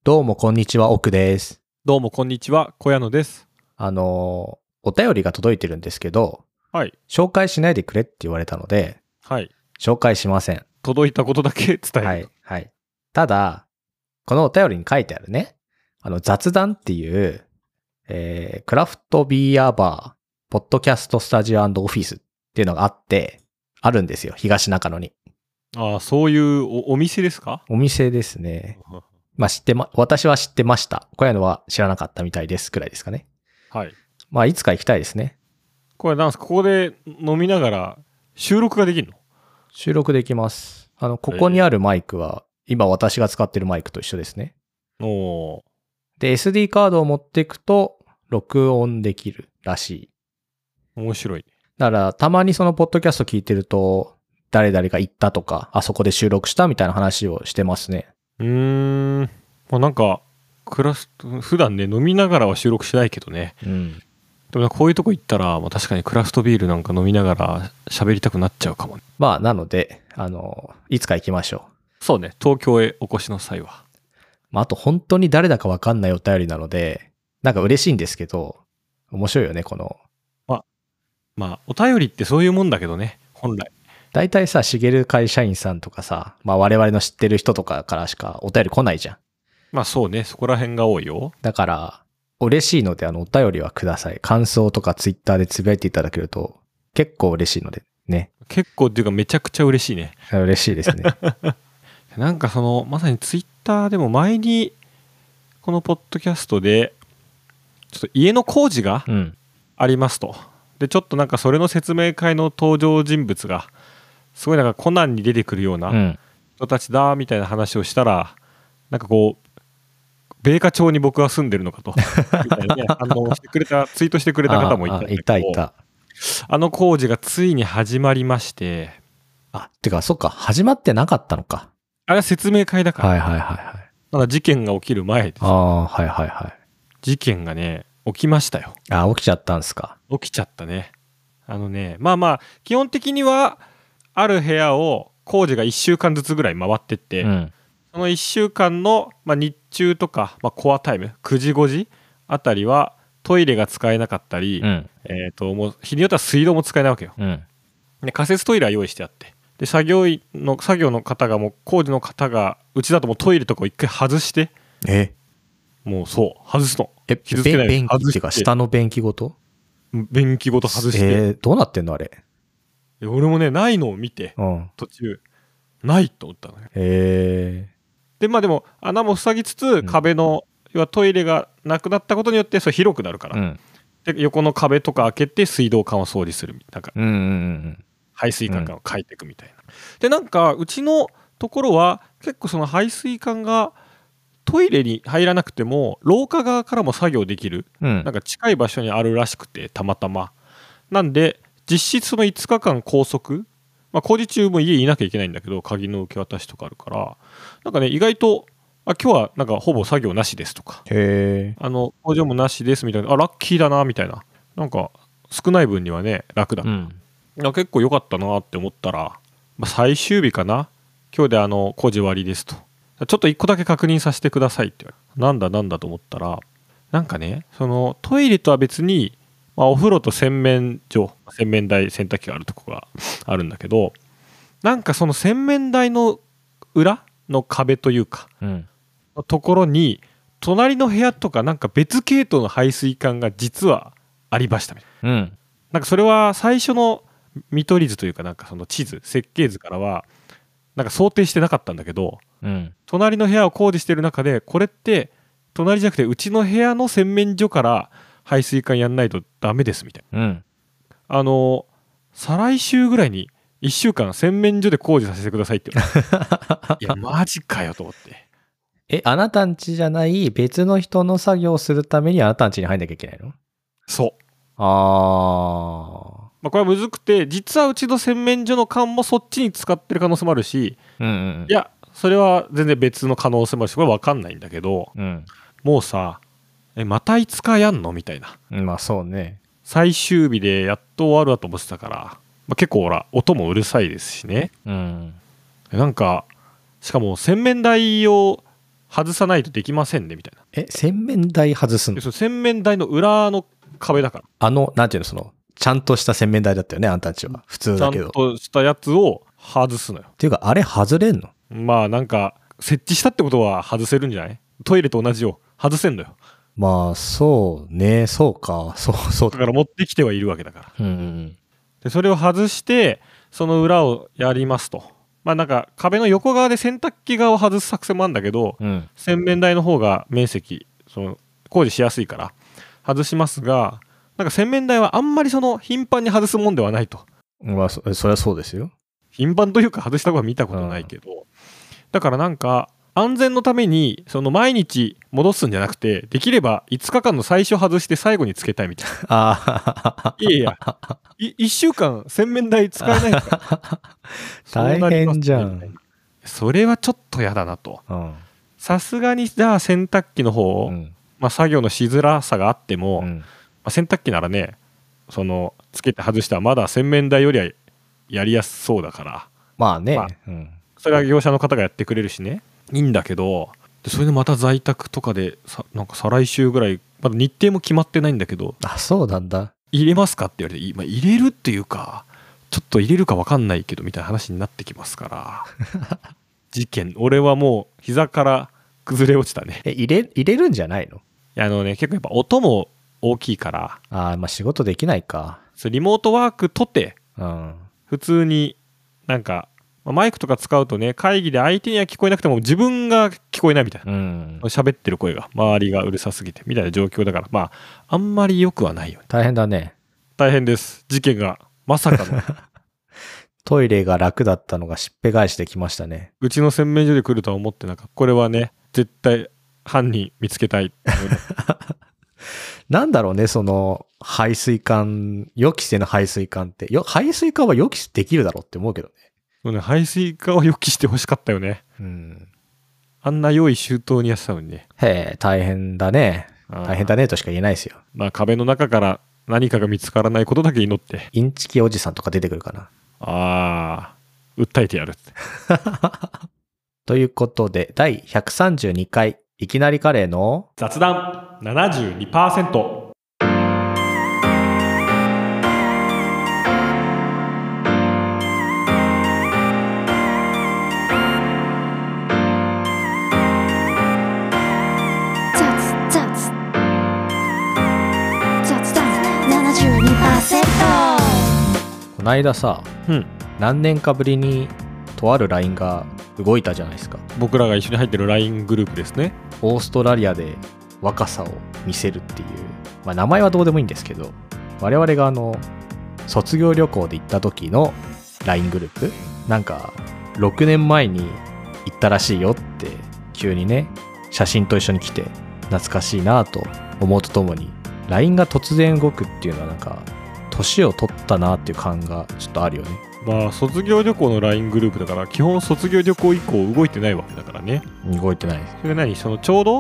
どうもこんにちは、奥です。 どうもこんにちは、小屋野です。 お便りが届いてるんですけど、 はい。 紹介しないでくれって言われたので、 はい。 紹介しません。 届いたことだけ伝える。 はい。はい。ただ、このお便りに書いてあるね、雑談っていう、クラフトビーアバー、ポッドキャストスタジオオフィスっていうのがあるんですよ、東中野に。 ああ、そういうお店ですか？ お店ですね。まあ私は知ってました。小屋野は知らなかったみたいですくらいですかね。 はい。 まあ、いつか行きたいですね。 これなんですか？ここで飲みながら収録ができるの？ 収録できます。ここにあるマイクは、今私が使ってるマイクと一緒ですね。 おー。 で、SD カードを持っていくと、録音できるらしい。 面白い。 だから、たまにそのポッドキャスト聞いてると、誰々が言ったとか、あそこで収録したみたいな話をしてますね。 まあ、なんか、普段ね、飲みながらは収録しないけどね。 うん。 でもなんかこういうとこ行ったら、まあ、確かにクラフトビールなんか飲みながら喋りたくなっちゃうかもね。 まあ、なので、いつか行きましょう。 そうね、東京へお越しの際は。 まあ、あと本当に誰だかわかんないお便りなので、なんか嬉しいんですけど、面白いよね、この。 まあ、お便りってそういうもんだけどね、本来。 大体さ、しげる会社員さんとかさ、まあ我々の知ってる人とかからしかお便り来ないじゃん。 まあそうね、そこら辺が多いよ。 だから、嬉しいのでお便りはください。感想とかツイッターでつぶやいていただけると結構嬉しいのでね。 結構っていうかめちゃくちゃ嬉しいね。 嬉しいですね。 なんかまさにツイッターでも前に、このポッドキャストで、ちょっと家の工事がうん。 ありますと。で、ちょっとなんかそれの説明会の登場人物が、すごいなんかコナンに出てくるようう。 なん人たちだみたいな話をしたら、なんかこう、米花町に僕は住んでるのかと、みたいなね、ツイートしてくれた方もいたんだけど、 いたいた。 あの工事がついに始まりまして、 てか、そっか、始まってなかったのか。 あれは説明会だから、 はいはいはいはい。 まだ事件が起きる前です。 はいはいはい。 事件がね、起きましたよ。 起きちゃったんすか。 起きちゃったね。まあまあ、基本的には、ある部屋を工事が1週間ずつぐらい回ってって、 うん。 その1週間の、まあ、日中とか、まあ、コアタイム、9時5時あたりは、トイレが使えなかったり、 うん。 もう日によっては水道も使えないわけよ。 うん。 で、仮設トイレは用意してあって。で、作業の方がもう、工事の方が、うちだともうトイレとかを一回外して、もうそう、外すの。傷つけないように便器っていうか、下の便器ごと便器ごと外して。 どうなってんのあれ。 で俺もね、ないのを見て、 うん。 途中、ないと思ったのよ。で、まあでも、穴も塞ぎつつ、壁の、要はトイレがなくなったことによって、それ広くなるから。 うん。 で、横の壁とか開けて、水道管を掃除するみたいな。 うんうんうん排水管を変えていくみたいな。で、なんか、うちのところは、結構その排水管が、トイレに入らなくても、廊下側からも作業できる、 うん。 なんか近い場所にあるらしくて、たまたま。なんで、実質その5日間拘束、まあ、工事中も家いなきゃいけないんだけど、鍵の受け渡しとかあるから、なんかね、意外と、今日はなんかほぼ作業なしですとか、 へえ。 工場もなしですみたいな、ラッキーだなみたいな、なんか少ない分にはね、楽だ。 うん。 結構良かったなって思ったら、まあ、最終日かな、今日で工事終わりですと。ちょっと1個だけ確認させてくださいって言われて、なんだと思ったら、なんかね、そのトイレとは別に、まあ、お風呂と洗面台、洗濯機があるとこがあるんだけど、なんかその洗面台の裏の壁というか、 うんのところに、隣の部屋とかなんか別系統の排水管が実はありましたみたいな。 うん。 なんかそれは最初の見取り図というか、なんかその設計図からは、なんか想定してなかったんだけど、 うん。 隣の部屋を工事してる中で、これって隣じゃなくてうちの部屋の洗面所から排水管やんないとダメですみたいうん。 な。再来週ぐらいに1週間洗面所で工事させてくださいって言われて。いや、マジかよと思って。 あなたんちじゃない別の人の作業をするためにあなたんちに入んなきゃいけないの？ そう。 あまあ、これはむずくて、実はうちの洗面所の管もそっちに使ってる可能性もあるし、 うんうんいや、それは全然別の可能性もあるし、これ分かんないんだけど、 うんもうさ、また5日やんのみたいな。 うん。まあそうね。 最終日でやっと終わるわと思ってたから、まあ、結構ほら、音もうるさいですしね。 うん。 なんか、しかも洗面台を外さないとできませんねみたいな。 洗面台外すの？ その洗面台の裏の壁だから。 なんていうの、ちゃんとした洗面台だったよね、あんたんちは。普通だけど。 ちゃんとしたやつを外すのよ。 っていうか、あれ外れんの？ まあなんか、設置したってことは外せるんじゃない？トイレと同じよ。外せんのよ。 まあ、そうね、そうか、そうだから持ってきてはいるわけだから。 うんで、それを外して、その裏をやりますと。まあなんか、壁の横側で洗濯機側を外す作戦もあるんだけど、洗面台の方が面積、工事しやすいから外しますが、なんか洗面台はあんまり頻繁に外すもんではないと。 まあ、そりゃそうですよ。 頻繁というか外したことは見たことないけど、だからなんか安全のために毎日戻すんじゃなくて、できれば5日間の最初外して最後につけたいみたいな。いや1週間洗面台使えないから大変じゃん。 それはちょっとやだなと。さすがにじゃあ洗濯機の方、まあ、作業のしづらさがあっても、洗濯機ならね、つけて外したらまだ洗面台よりはやりやすそうだから、 まあね、 それは業者の方がやってくれるしね、いいんだけど、それでまた在宅とかでなんか再来週ぐらい、まだ日程も決まってないんだけど、 そうなんだ。 入れますかって言われて、入れるっていうか、ちょっと入れるか分かんないけどみたいな話になってきますから事件、俺はもう膝から崩れ落ちたね。 入れるんじゃないの？ 結構やっぱ音も大きいから。 まあ仕事できないか。 リモートワークとて、普通になんかマイクとか使うとね、会議で相手には聞こえなくても自分が聞こえないみたいな、喋ってる声が周りがうるさすぎてみたいな状況だから、まああんまり良くはないよね。 大変だね。 大変です。事件がまさかのトイレが楽だったのがしっぺ返してきましたね。 うちの洗面所で来るとは思ってなかった。これはね、絶対犯人見つけたいなんだろうね、排水管、予期せぬ排水管って。排水管は予期できるだろうって思うけどね。 排水管を予期してほしかったよね。あんな用意周到にやってたのにね。 大変だね。大変だねとしか言えないですよ。 まあ壁の中から何かが見つからないことだけ祈って。 インチキおじさんとか出てくるかな。 訴えてやるって。 ということで、第132回、いきなりカレーの雑談 72%。 この間さ、何年かぶりにとある LINE が動いたじゃないですか。 僕らが一緒に入ってる LINE グループですね。 オーストラリアで若さを見せるっていう、まあ名前はどうでもいいんですけど、我々が卒業旅行で行った時の LINE グループ、なんか6年前に行ったらしいよって急にね、写真と一緒に来て懐かしいなと思うとともに、 LINE が突然動くっていうのはなんか年を取ったなっていう感がちょっとあるよね。 まあ卒業旅行の LINE グループだから基本卒業旅行以降動いてないわけだからね。 動いてないです。 それ何、ちょうど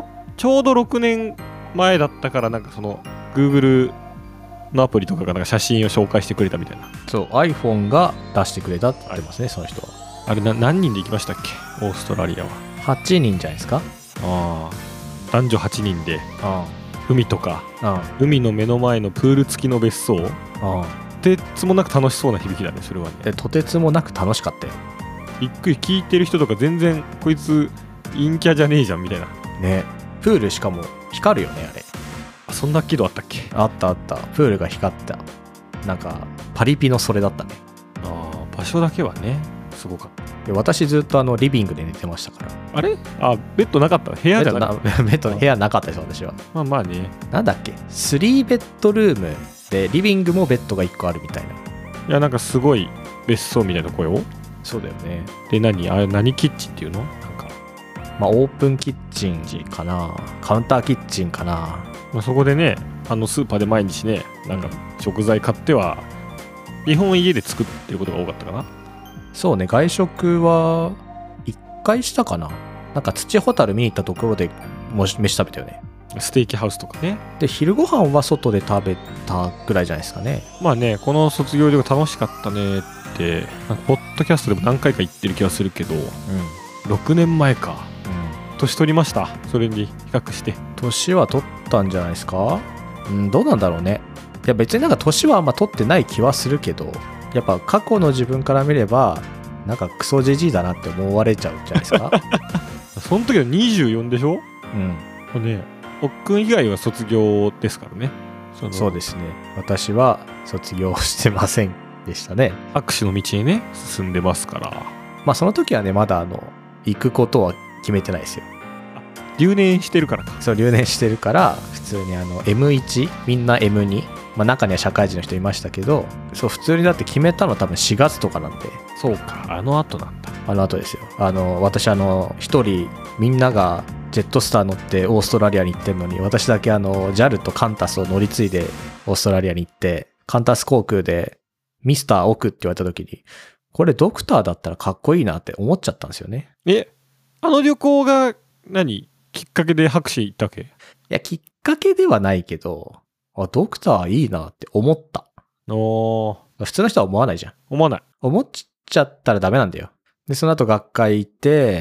6年前だったから、なんかGoogle のアプリとかがなんか写真を紹介してくれたみたいな。 そう、 iPhone が出してくれたって言ってますね、その人は。 あれ何人で行きましたっけ、オーストラリアは。 8人じゃないですか。 男女8人で海とか、海の目の前のプール付きの別荘、とてつもなく楽しそうな響きだね、それはね。 で、とてつもなく楽しかったよ。 びっくり、聞いてる人とか全然こいつ陰キャじゃねえじゃんみたいなね。プールしかも光るよね、あれ。 そんな輝度あったっけ。 あったあった。プールが光った。なんかパリピのそれだったね。 場所だけはねすごかった。 で、私ずっとリビングで寝てましたから。 あれ、ベッドなかった、部屋じゃなかった。 ベッドの部屋なかったです、私は。 まあね、なんだっけ、3ベッドルームでリビングもベッドが1個あるみたいな。 いや、なんかすごい別荘みたいな声を。 そうだよね。 で、何キッチンっていうの、なんかまあオープンキッチンかな、カウンターキッチンかな。 まあ、そこでね、スーパーで毎日ね、なんか食材買っては基本家で作ってることが多かったかな。 そうね、外食は1回したかな。なんか土ホタル見に行ったところで飯食べたよね。 ステーキハウスとかね。 で、昼ご飯は外で食べたぐらいじゃないですかね。 まあね、この卒業旅行楽しかったねって、なんかポッドキャストでも何回か言ってる気がするけど、6年前か。 年取りました？それに比較して。 年は取ったんじゃないですか？どうなんだろうね。いや別になんか年はあんま取ってない気はするけど、やっぱ過去の自分から見ればなんかクソジジイだなって思われちゃうんじゃないですか？ その時は24でしょ？ うん。 ね、おっくん以外は卒業ですからね。 そうですね。私は卒業してませんでしたね。 握手の道にね進んでますから。 まあその時はねまだ行くことは決めてないですよ。 留年してるからか。 そう留年してるから普通にM1 みんな M2、まあ中には社会人の人いましたけど、そう普通にだって決めたの多分4月とかなんで。 そうか、あの後なんだ。 あの後ですよ。私一人みんながジェットスター乗ってオーストラリアに行ってるのに、私だけJAL とカンタスを乗り継いでオーストラリアに行って、カンタス航空でミスター奥って言われた時に、これドクターだったらかっこいいなって思っちゃったんですよね。 あの旅行がきっかけで博士行ったわけ？ いや、きっかけではないけど、ドクターいいなって思った。普通の人は思わないじゃん。 思わない。 思っちゃったらダメなんだよ。で、その後学会行って、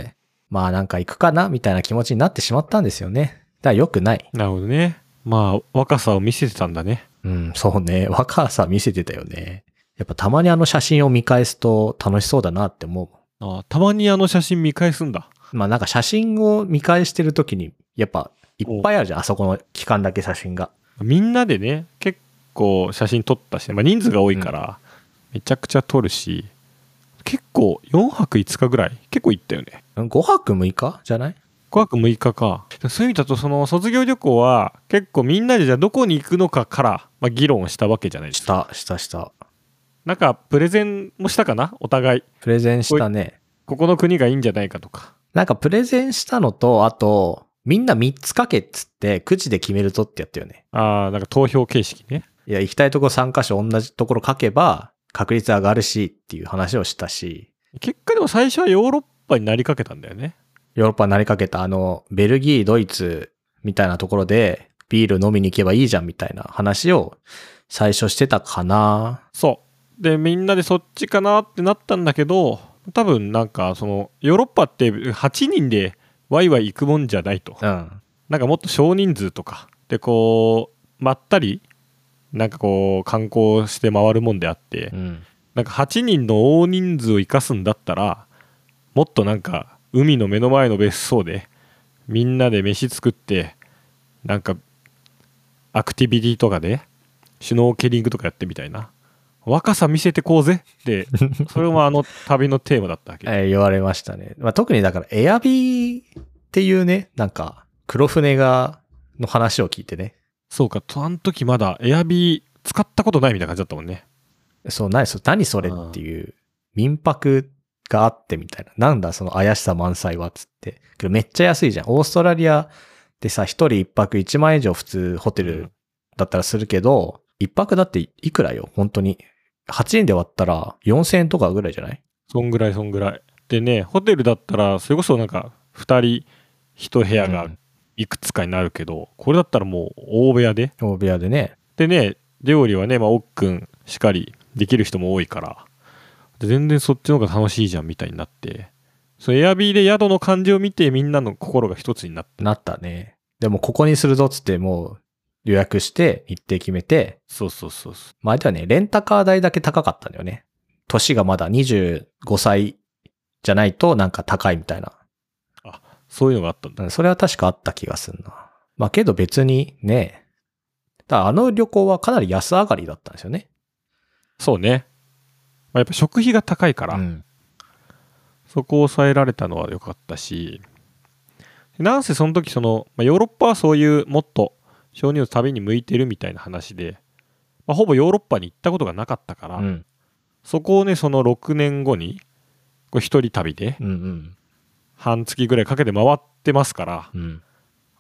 まあなんか行くかなみたいな気持ちになってしまったんですよね。だから良くない。 なるほどね。まあ若さを見せてたんだね。 そうね。若さ見せてたよね。やっぱたまに写真を見返すと楽しそうだなって思う。たまに写真見返すんだ。 まあなんか写真を見返してる時にやっぱいっぱいあるじゃん。あそこの期間だけ写真が。 みんなでね、結構写真撮ったし、まあ、人数が多いからめちゃくちゃ撮るし、結構4泊5日ぐらい結構行ったよね。 5泊6日じゃない？ 5 泊6日か。そういう意味だとその卒業旅行は結構みんなでじゃあどこに行くのかから、まあ、議論したわけじゃないですか。 した。 なんかプレゼンもしたかな、お互い。 プレゼンしたね。 ここの国がいいんじゃないかとか。 なんかプレゼンしたのと、あとみんな3つ書けっつってくじで決めるとってやったよね。 なんか投票形式ね。 いや、行きたいとこ3カ所同じところ書けば確率上がるしっていう話をしたし。 結果でも最初はヨーロッパになりかけたんだよね。 ヨーロッパになりかけたベルギー、ドイツみたいなところでビール飲みに行けばいいじゃんみたいな話を最初してたかな。 そう。で、みんなでそっちかなってなったんだけど、多分なんかそのヨーロッパって8人でワイワイ行くもんじゃないと。なんかもっと少人数とかでこうまったりなんかこう観光して回るもんであって、なんか8人の大人数を生かすんだったらもっとなんか海の目の前の別荘でみんなで飯作ってなんかアクティビティとかでシュノーケリングとかやってみたいな、若さ見せてこうぜってそれも旅のテーマだったわけ。 言われましたね。まあ、特にだからエアビーっていうね、なんか黒船の話を聞いてね。 そうか、あの時まだエアビー使ったことないみたいな感じだったもんね。 そう、何それっていう民泊があってみたいな。なんだその怪しさ満載はっつって。けどめっちゃ安いじゃん。オーストラリアでさ、一人一泊1万円以上普通ホテルだったらするけど、一泊だっていくらよ本当に。8円で割ったら4000円とかぐらいじゃない？ そんぐらい。でね、ホテルだったらそれこそなんか2人1部屋がいくつかになるけど、これだったらもう大部屋でね。 でね、料理はね、まあおっくんしっかりできる人も多いから全然そっちの方が楽しいじゃんみたいになって、そのエアビーで宿の感じを見てみんなの心が一つになったね。でもここにするぞっつってもう予約して日程決めて。 そう。 まああれだよね、レンタカー代だけ高かったんだよね。年がまだ25歳じゃないとなんか高いみたいな。 そういうのがあったんだ。 それは確かあった気がするな。まあけど別にね、だから旅行はかなり安上がりだったんですよね。 そうね。まあ、やっぱ食費が高いから、そこを抑えられたのは良かったし、なんせその時まあ、ヨーロッパはそういうもっと小人数旅に向いてるみたいな話で、まあ、ほぼヨーロッパに行ったことがなかったから、そこをねその6年後に一人旅で半月ぐらいかけて回ってますから、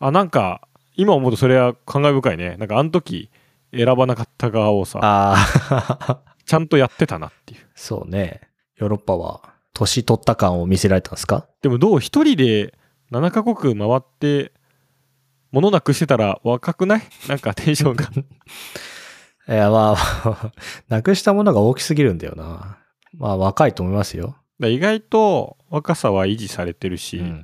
なんか今思うとそれは感慨深いね。なんかあの時選ばなかった側をさちゃんとやってたなっていう。 そうね。ヨーロッパは年取った感を見せられたんですか？ でも一人で7カ国回って物なくしてたら若くない？なんかテンションがいやまあなくしたものが大きすぎるんだよな。まあ若いと思いますよ。 意外と若さは維持されてるし、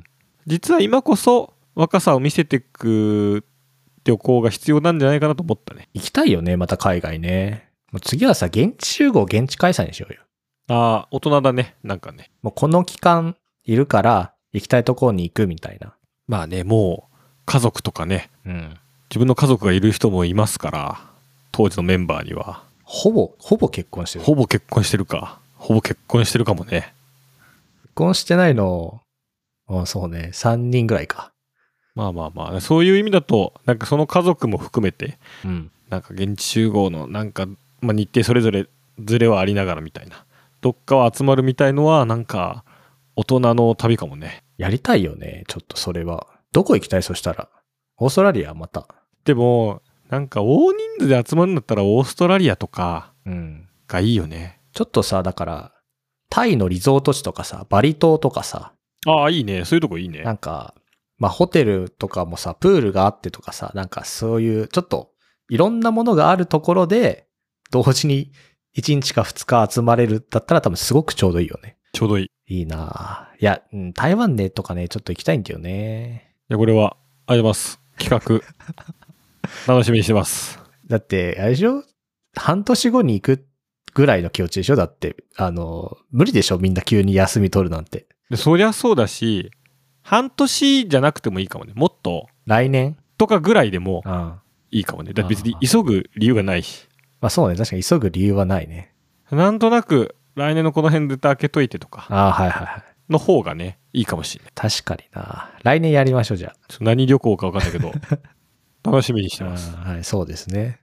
実は今こそ若さを見せていく旅行が必要なんじゃないかなと思ったね。 行きたいよね、また海外ね。もう次はさ、現地集合、現地開催にしようよ。 ああ、大人だね。なんかね。 もうこの期間いるから行きたいところに行くみたいな。 まあね、もう家族とかね、 うん。 自分の家族がいる人もいますから、当時のメンバーには。 ほぼ結婚してる。 ほぼ結婚してるか。ほぼ結婚してるかもね。 結婚してないの、そうね、3人ぐらいか。 まあまあまあ、そういう意味だと、なんかその家族も含めて、 うん。 なんか現地集合のなんか、まあ、日程それぞれズレはありながらみたいな。どっかは集まるみたいのは、なんか大人の旅かもね。 やりたいよね、ちょっとそれは。どこ行きたいそしたら。オーストラリアまた。 でも、なんか大人数で集まるんだったらオーストラリアとかうん。 がいいよね。 ちょっとさ、だから、タイのリゾート地とかさ、バリ島とかさ、 ああ、いいね。そういうとこいいね。 なんか、まあホテルとかもさ、プールがあってとかさ、なんかそういう、ちょっといろんなものがあるところで、同時に1日か2日集まれるだったら多分すごくちょうどいいよね。 ちょうどいい。 いいなぁ。いや、台湾ねとかね、ちょっと行きたいんだよね。 いや、これは、あります。企画。楽しみにしてます。 だって、あれでしょ？半年後に行くぐらいの気持ちでしょ？だって、無理でしょ？みんな急に休み取るなんて。 でそりゃそうだし、半年じゃなくてもいいかもね。もっと、 来年？ とかぐらいでもうん。まいいかもね。だって別に急ぐ理由がないし。 あそうね。確かに急ぐ理由はないね。 なんとなく、来年のこの辺で開けといてとか、 ああ、はいはいはい。 の方がね、いいかもしれない。 確かにな。来年やりましょう、じゃ何旅行か分かんないけど、楽しみにしてあ。 ます。 はい、そうですね。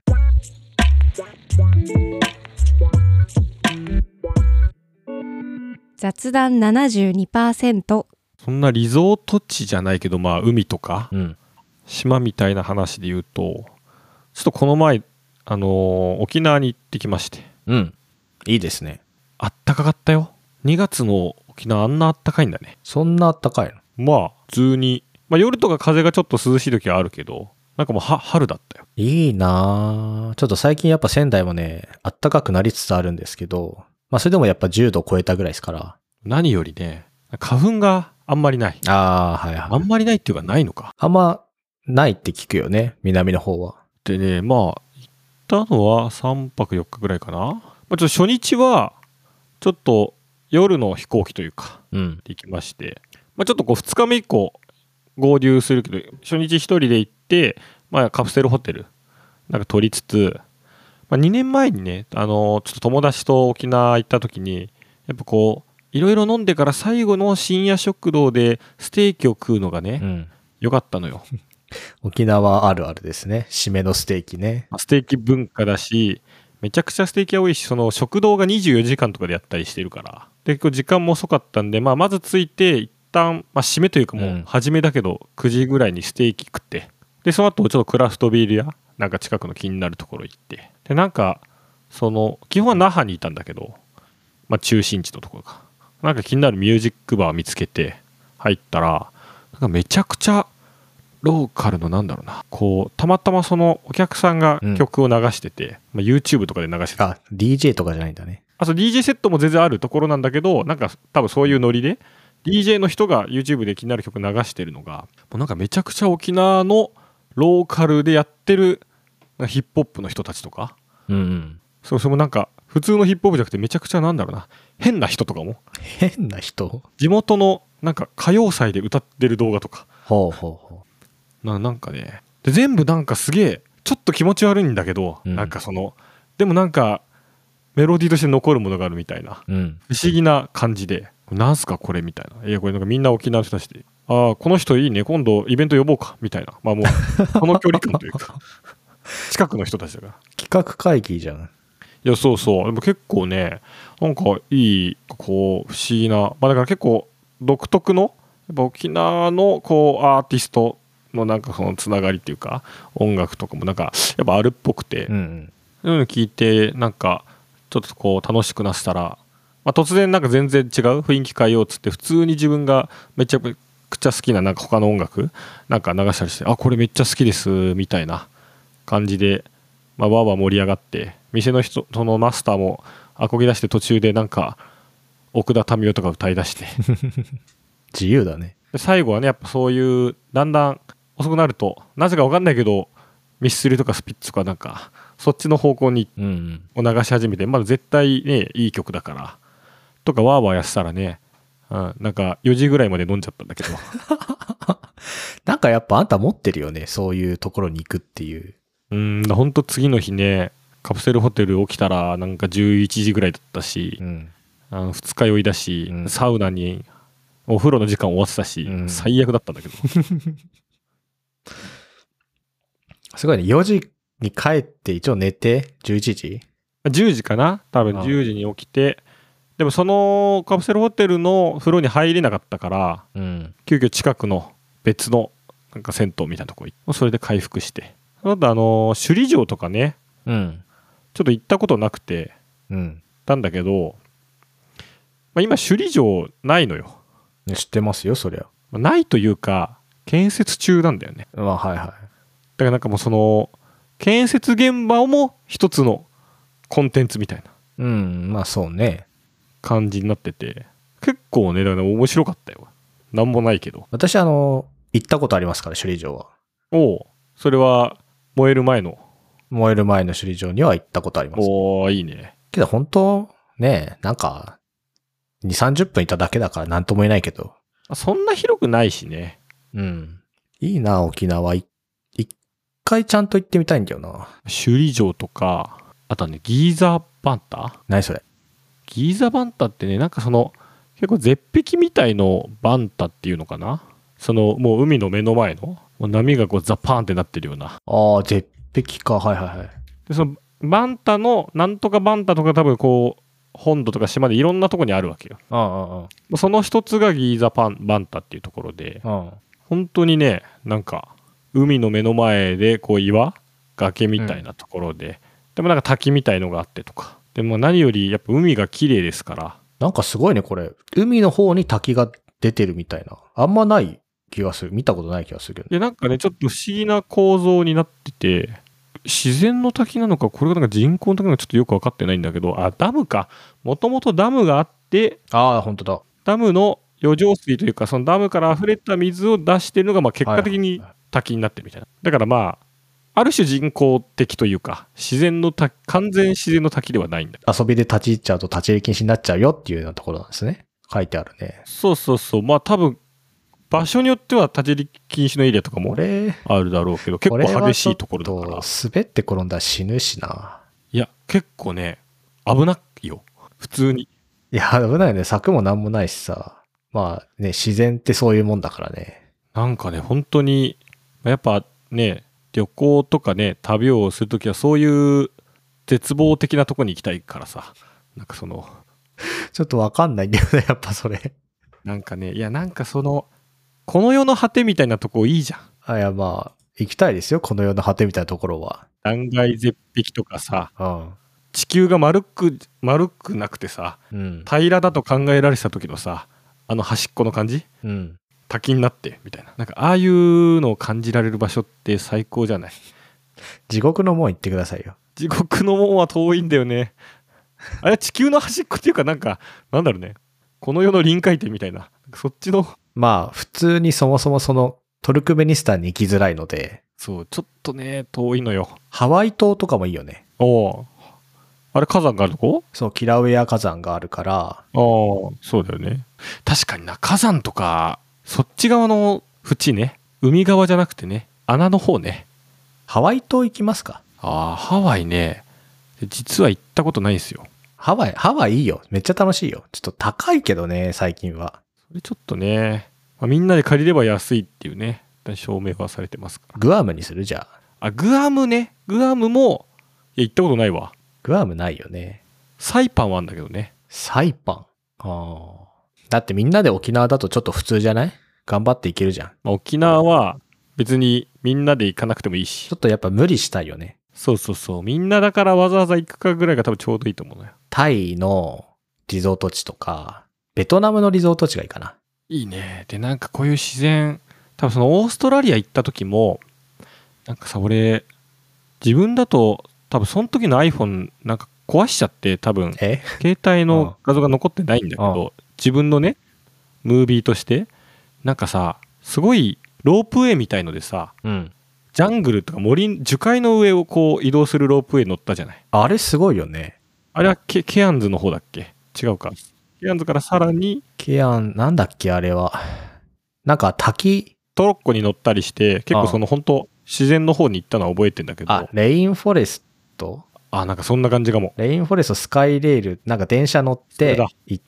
雑談72%。 そんなリゾート地じゃないけど、まあ、海とか、 うん。 島みたいな話で言うと、ちょっとこの前、沖縄に行ってきまして、 うん。いいですね。 あったかかったよ。2月の沖縄あんなあったかいんだね。 そんなあったかいの？ まあ、普通に、まあ夜とか風がちょっと涼しい時はあるけど、なんかもう春だったよ。 いいなぁ。ちょっと最近やっぱ仙台もね、あったかくなりつつあるんですけど、まあそれでもやっぱ10度超えたぐらいですから。 何よりね、花粉があんまりない。 ああ、はいはい。 あんまりないっていうかないのか。 あんまないって聞くよね、南の方は。 でね、まあ、行ったのは3泊4日ぐらいかな。まあ、ちょっと初日は、ちょっと夜の飛行機というか、 うん。 行きまして、まあ、ちょっとこう2日目以降、合流するけど、初日1人で行って、まあ、カプセルホテルなんか取りつつ、まあ、2年前にね、ちょっと友達と沖縄行った時に、やっぱこう、いろいろ飲んでから最後の深夜食堂でステーキを食うのがね、 うん。 よかったのよ。 沖縄あるあるですね。締めのステーキね。 まあステーキ文化だし、めちゃくちゃステーキ屋多いし、その食堂が24時間とかでやったりしてるから。で、結構時間も遅かったんで、まあ、まず着いて、一旦、まあ、締めというかもう、初めだけど、9時ぐらいにステーキ食って、で、その後、ちょっとクラフトビール屋、なんか近くの気になるところ行って、で、なんか、基本は那覇にいたんだけど、まあ、中心地のところか。なんか気になるミュージックバー見つけて、入ったら、なんかめちゃくちゃ、ローカルのなんだろうな、こう、たまたまそのお客さんが曲を流してて、まあ、YouTube とかで流してて、 あ、DJ とかじゃないんだね。 そう DJ セットも全然あるところなんだけど、なんか多分そういうノリで DJ の人が YouTube で気になる曲流してるのが、もうなんかめちゃくちゃ沖縄のローカルでやってるヒップホップの人たちとか、 うんうん。 それもなんか普通のヒップホップじゃなくてめちゃくちゃなんだろうな、変な人とかも、 変な人？ 地元のなんか歌謡祭で歌ってる動画とか、 ほうほうほなんかね、で全部なんかすげえちょっと気持ち悪いんだけど、 うんなんかでもなんかメロディーとして残るものがあるみたいなう。うん。 不思議な感じで、なんすかこれみたいな。いや、これなんかみんな沖縄の人たちで、ああ、この人いいね、今度イベント呼ぼうか、みたいな。まあもう、この距離感というか、近くの人たちだから。 企画会議じゃん。 いや、そうそう。でも結構ね、なんかいい、こう、不思議な、まあだから結構独特の、やっぱ沖縄のこう、アーティストのなんかそのつながりっていうか、音楽とかもなんか、やっぱあるっぽくて、 うんうん。 そういうの聞いて、なんか、ちょっとこう楽しくなってたら、まあ、突然なんか全然違う雰囲気変えようっつって普通に自分がめちゃくちゃ好きななんか他の音楽なんか流したりして、あ、これめっちゃ好きですみたいな感じで、まあ、わーわー盛り上がって、店の人、そのマスターもあこぎ出して途中でなんか奥田民生とか歌い出して自由だね。 で最後はねやっぱそういうだんだん遅くなるとなぜか分かんないけどミスチルとかスピッツとかなんかそっちの方向にうん。 を流し始めて、まだ絶対ねいい曲だからとかワーワーやってたらね、なんか4時ぐらいまで飲んじゃったんだけどなんかやっぱあんた持ってるよね。そういうところに行くっていう。 ほんと次の日ねカプセルホテル起きたらなんか11時ぐらいだったし、 うん。 二日酔いだし、 うんサウナにお風呂の時間終わってたし、最悪だったんだけどすごいね。4時に帰って一応寝て、11時 10時かな多分ああ 10時に起きて、でもそのカプセルホテルの風呂に入れなかったからうん。 急遽近くの別のなんか銭湯みたいなとこ行ってそれで回復して、あと首里城とかねうん。 ちょっと行ったことなくてうん。 たんだけど、今首里城ないのよ。 ね知ってますよ、そりゃ。 ないというか建設中なんだよね。 まあ、はいはい。 だからなんかもうその建設現場も一つのコンテンツみたいなうん。まあ、そうね。 感じになってて結構ねだから面白かったよ。なんもないけど。 私、行ったことありますから、首里城は。 おうそれは燃える前の。 燃える前の首里城には行ったことあります。 おーいいね。 けど本当、ね、なんか、2、30分いただけだから何とも言えないけど。 そんな広くないしね。 うん。いいな、沖縄。一回ちゃんと行ってみたいんだよな。 首里城とかあとはねギーザバンタ。 何それ。 ギーザバンタってねなんかその結構絶壁みたいのバンタっていうのかな、そのもう海の目の前のもう波がこうザパーンってなってるような。 ああ、絶壁か。はいはいはい。 でそのバンタのなんとかバンタとか多分こう本土とか島でいろんなとこにあるわけよ。その一つがギーザバンタっていうところで、本当にねなんか海の目の前でこう岩崖みたいなところで、でもなんか滝みたいのがあってとか、でも何よりやっぱ海が綺麗ですから。 なんかすごいね、これ。海の方に滝が出てるみたいな。あんまない気がする。見たことない気がするけど。 でなんかねちょっと不思議な構造になってて、自然の滝なのかこれがなんか人工の滝なのかちょっとよく分かってないんだけど、ダムか。もともとダムがあって、 ああ、本当だ。 ダムの余剰水というかそのダムから溢れた水を出してるのがまあ結果的に滝になってるみたいな。だからまあある種人工的というか自然の滝、完全自然の滝ではないんだ。 遊びで立ち入っちゃうと立ち入り禁止になっちゃうよっていうようなところなんですね。書いてあるね。 そうそうそう。まあ多分場所によっては立ち入り禁止のエリアとかもあるだろうけど、結構激しいところだから。 滑って転んだら死ぬしな。 いや結構ね危ないよ普通に。 いや危ないよね。柵もなんもないしさ。まあね自然ってそういうもんだからね。 なんかね本当にやっぱね旅行とかね旅をするときはそういう絶望的なとこに行きたいからさ、なんかそのちょっとわかんないんだよねやっぱそれ。 なんかねいやなんかそのこの世の果てみたいなとこいいじゃん。 いやまあ行きたいですよ、この世の果てみたいなところは。 断崖絶壁とかさ、 うん、 地球が丸くなくてさ、 うん、 平らだと考えられてた時のさ端っこの感じ、 うん、 滝になってみたいな、なんかああいうのを感じられる場所って最高じゃない。 地獄の門行ってくださいよ。 地獄の門は遠いんだよね。あれ地球の端っこっていうかなんかなんだろうね、この世の臨界点みたいな、そっちの。 まあ普通にそもそもそのトルクメニスタンに行きづらいので。 そうちょっとね遠いのよ。 ハワイ島とかもいいよね。 あれ火山があるとこ？ そう、キラウエア火山があるから。 そうだよね。確かにな、火山とかそっち側の縁ね、海側じゃなくてね穴の方ね。 ハワイ島行きますか？ ハワイね実は行ったことないんですよ。 ハワイいいよ。めっちゃ楽しいよ。ちょっと高いけどね、最近は。 それちょっとね、みんなで借りれば安いっていうね証明はされてますから。 グアムにする？じゃあ。 グアムね。グアムも行ったことないわ。 グアムないよね。 サイパンはあんだけどね。 サイパン。だってみんなで沖縄だとちょっと普通じゃない？頑張って行けるじゃん。 沖縄は別にみんなで行かなくてもいいし。 ちょっとやっぱ無理したいよね。 そうそうそう。みんなだからわざわざ行くかぐらいが多分ちょうどいいと思うのよ。 タイのリゾート地とか、ベトナムのリゾート地がいいかな。 いいね。で、なんかこういう自然、多分そのオーストラリア行った時も、なんかさ、俺、自分だと多分その時の iPhone なんか壊しちゃって多分、携帯の画像が残ってないんだけど、自分のね、ムービーとして。 なんかさすごいロープウェイみたいのでさ、 うん。 ジャングルとか樹海の上をこう移動するロープウェイ乗ったじゃない。 あれすごいよね。 あれはケアンズの方だっけ？違うか。ケアンズからさらにケアン、なんだっけあれは。なんか滝、 トロッコに乗ったりして結構その本当自然の方に行ったのは覚えてんだけど、 レインフォレストなんかそんな感じかも。 レインフォレストスカイレール、なんか電車乗ってそれだ行って、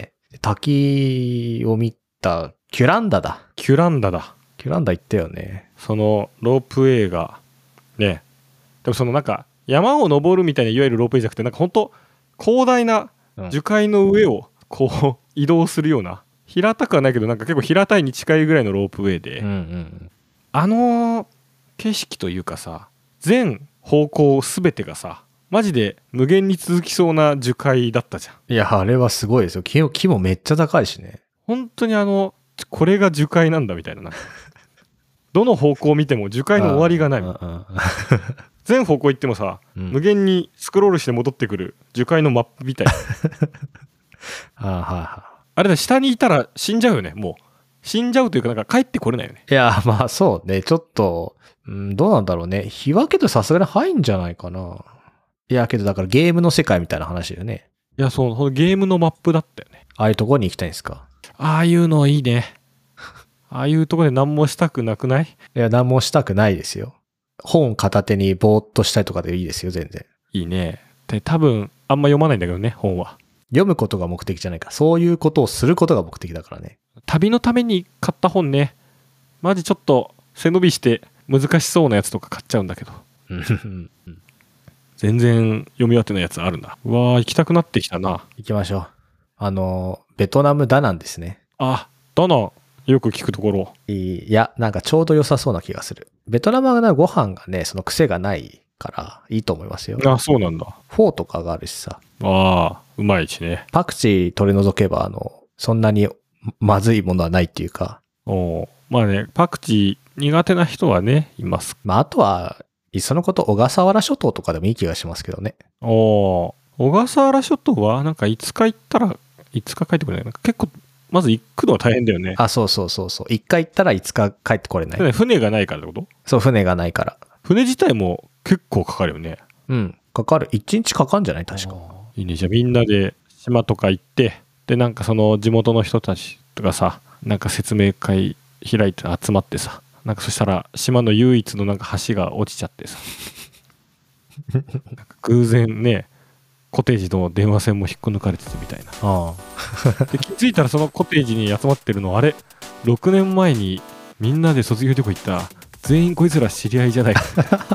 滝を見た、キュランダだ。 キュランダだ。 キュランダ行ったよね。 そのロープウェイがね、でもそのなんか山を登るみたいないわゆるロープウェイじゃなくて、なんか本当広大な樹海の上をこう移動するような、平たくはないけどなんか結構平たいに近いぐらいのロープウェイで、 うんうん。 あの景色というかさ、全方向全てがさマジで無限に続きそうな樹海だったじゃん。 いや、あれはすごいですよ。木もめっちゃ高いしね。 本当にこれが樹海なんだみたいな、なんかどの方向を見ても樹海の終わりがない。全方向行ってもさ、無限にスクロールして戻ってくる樹海のマップみたいな。あれだ、下にいたら死んじゃうよね。もう死んじゃうというか、なんか帰ってこれないよね。 いや、まあそうね。ちょっと、どうなんだろうね。日分けとさすがに入んじゃないかな。いや、けどだからゲームの世界みたいな話だよね。 いや、そのゲームのマップだったよね。 ああいうとこに行きたいんですか？ ああいうのいいね。ああいうとこで何もしたくなくない？ いや、何もしたくないですよ。本片手にぼーっとしたいとかでいいですよ、全然。 いいね。で、多分あんま読まないんだけどね、本は。 読むことが目的じゃないか。そういうことをすることが目的だからね。 旅のために買った本ね、マジちょっと背伸びして難しそうなやつとか買っちゃうんだけど、全然読み終わってないやつあるな。うわー、行きたくなってきたな。 行きましょう。ベトナムダナンですね。 ダナン、よく聞くところ。 いや、なんかちょうど良さそうな気がする。ベトナムはね、ご飯がね、その癖がないからいいと思いますよ。 そうなんだ。 フォーとかがあるしさ。 うまいしね。 パクチー取り除けば、そんなにまずいものはないっていうか。 まあね、パクチー苦手な人はね、います。 まあ、あとは、いっそのこと小笠原諸島とかでもいい気がしますけどね。 小笠原諸島はなんか5日行ったら5日帰ってくれない。なんか結構、まず行くのは大変だよね。 そう。一回行ったら5日帰ってこれない。 船がないからってこと？ そう、船がないから。 船自体も結構かかるよね。 うん、かかる。1日かかるんじゃない？確か。 いいね。じゃあみんなで島とか行って、で、なんかその地元の人たちとかさ、なんか説明会開いて集まってさ、なんかそしたら島の唯一のなんか橋が落ちちゃってさなんか偶然ね、コテージの電話線も引っこ抜かれててみたいな。で気づいたらそのコテージに集まってるの、あれ6年前にみんなで卒業旅行行った全員こいつら知り合いじゃないか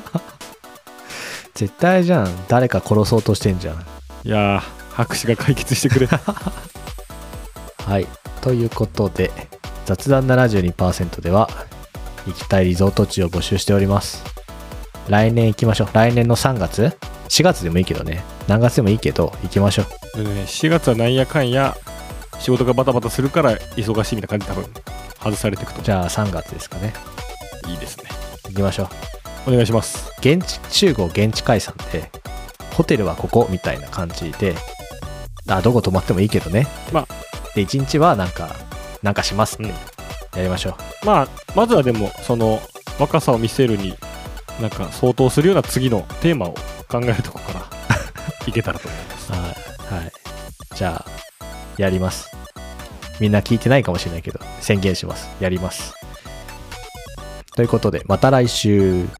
絶対じゃん。誰か殺そうとしてんじゃん。 いやー、博士が解決してくれはい。ということで、雑談 72% では行きたいリゾート地を募集しております。来年行きましょう。来年の3月 ?4 月でもいいけどね。何月でもいいけど、行きましょう。 でね、4月はなんやかんや仕事がバタバタするから忙しいみたいな感じで多分外されていくと思う。 じゃあ3月ですかね。 いいですね。 行きましょう。 お願いします。 現地集合、現地解散で、ホテルはここみたいな感じで、どこ泊まってもいいけどね。で、1日はなんかしますって、やりましょう。 まずはでもその若さを見せるになんか相当するような次のテーマを考えるとこからいけたらと思います。 はい。じゃあ、やります。みんな聞いてないかもしれないけど、宣言します。やります。ということで、また来週。